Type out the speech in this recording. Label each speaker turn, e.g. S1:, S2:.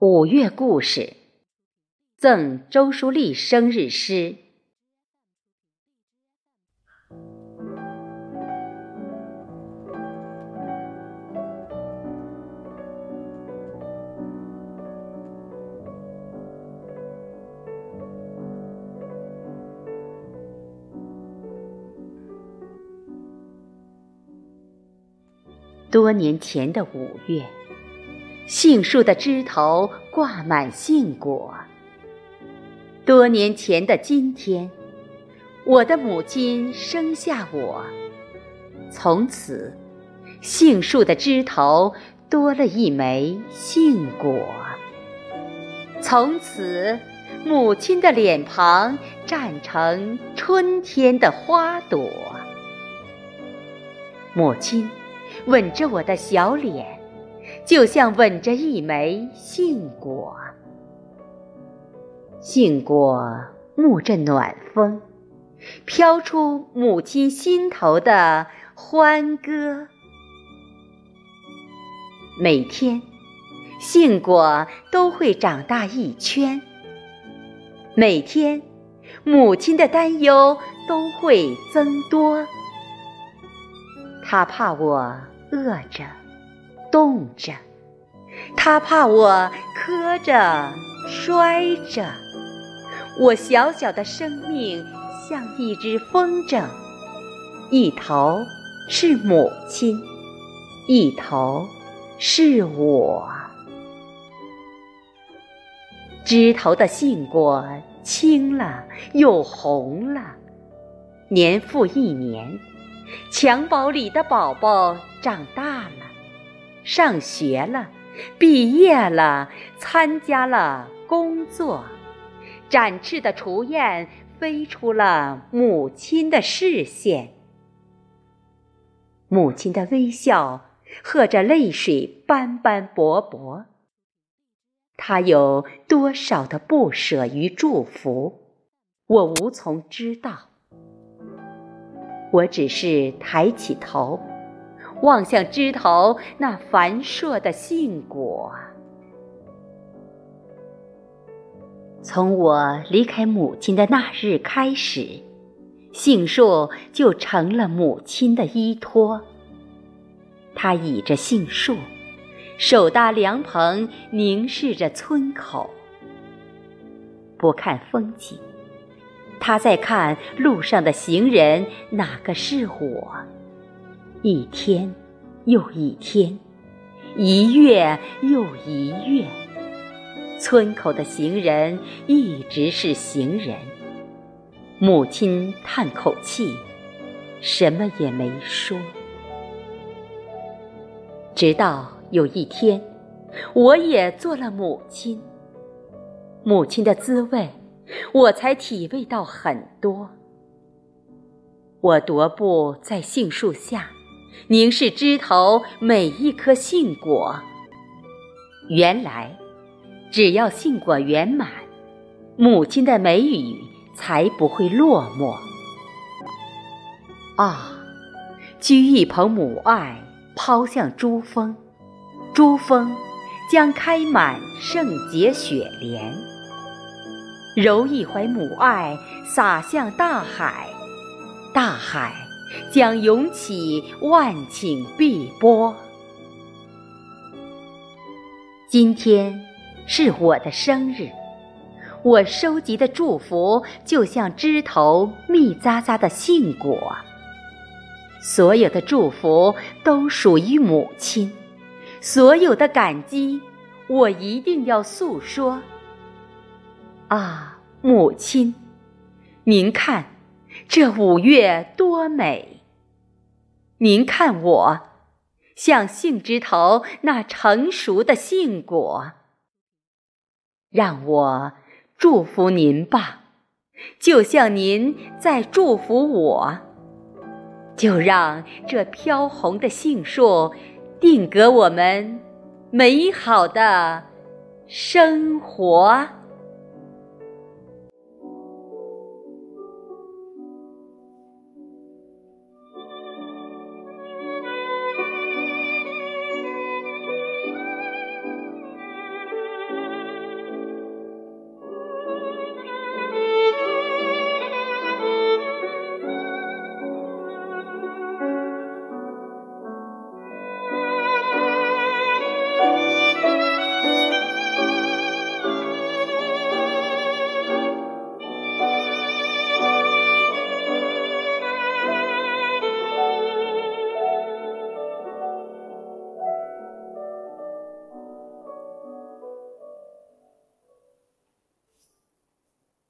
S1: 5月故事，赠周淑丽生日诗。多年前的5月，杏树的枝头挂满杏果。多年前的今天，我的母亲生下我，从此杏树的枝头多了一枚杏果。从此母亲的脸庞绽成春天的花朵。母亲吻着我的小脸，就像吻着一枚杏果。杏果沐着暖风，飘出母亲心头的欢歌。每天杏果都会长大一圈，每天母亲的担忧都会增多。她怕我饿着冻着，她怕我磕着摔着。我小小的生命像一只风筝，一头是母亲，一头是我。枝头的杏果青了又红了，年复一年，襁褓里的宝宝长大了，上学了，毕业了，参加了工作。展翅的雏燕飞出了母亲的视线，母亲的微笑和着泪水斑斑驳驳。她有多少的不舍与祝福，我无从知道。我只是抬起头，望向枝头那繁硕的杏果。从我离开母亲的那日开始，杏树就成了母亲的依托。她倚着杏树，手搭凉棚，凝视着村口。不看风景，她在看路上的行人，哪个是我？一天又一天，一月又一月，村口的行人一直是行人。母亲叹口气，什么也没说。直到有一天，我也做了母亲，母亲的滋味，我才体味到很多。我踱步在杏树下，凝视枝头每一颗杏果。原来只要杏果圆满，母亲的美语才不会落寞。啊，掬一捧母爱抛向珠峰，珠峰将开满圣洁雪莲。揉一怀母爱洒向大海，大海将涌起万顷碧波。今天是我的生日，我收集的祝福就像枝头密匝匝的杏果。所有的祝福都属于母亲，所有的感激我一定要诉说。啊，母亲，您看这5月多美！您看我，像杏枝头那成熟的杏果。让我祝福您吧，就像您在祝福我。就让这飘红的杏树定格我们美好的生活。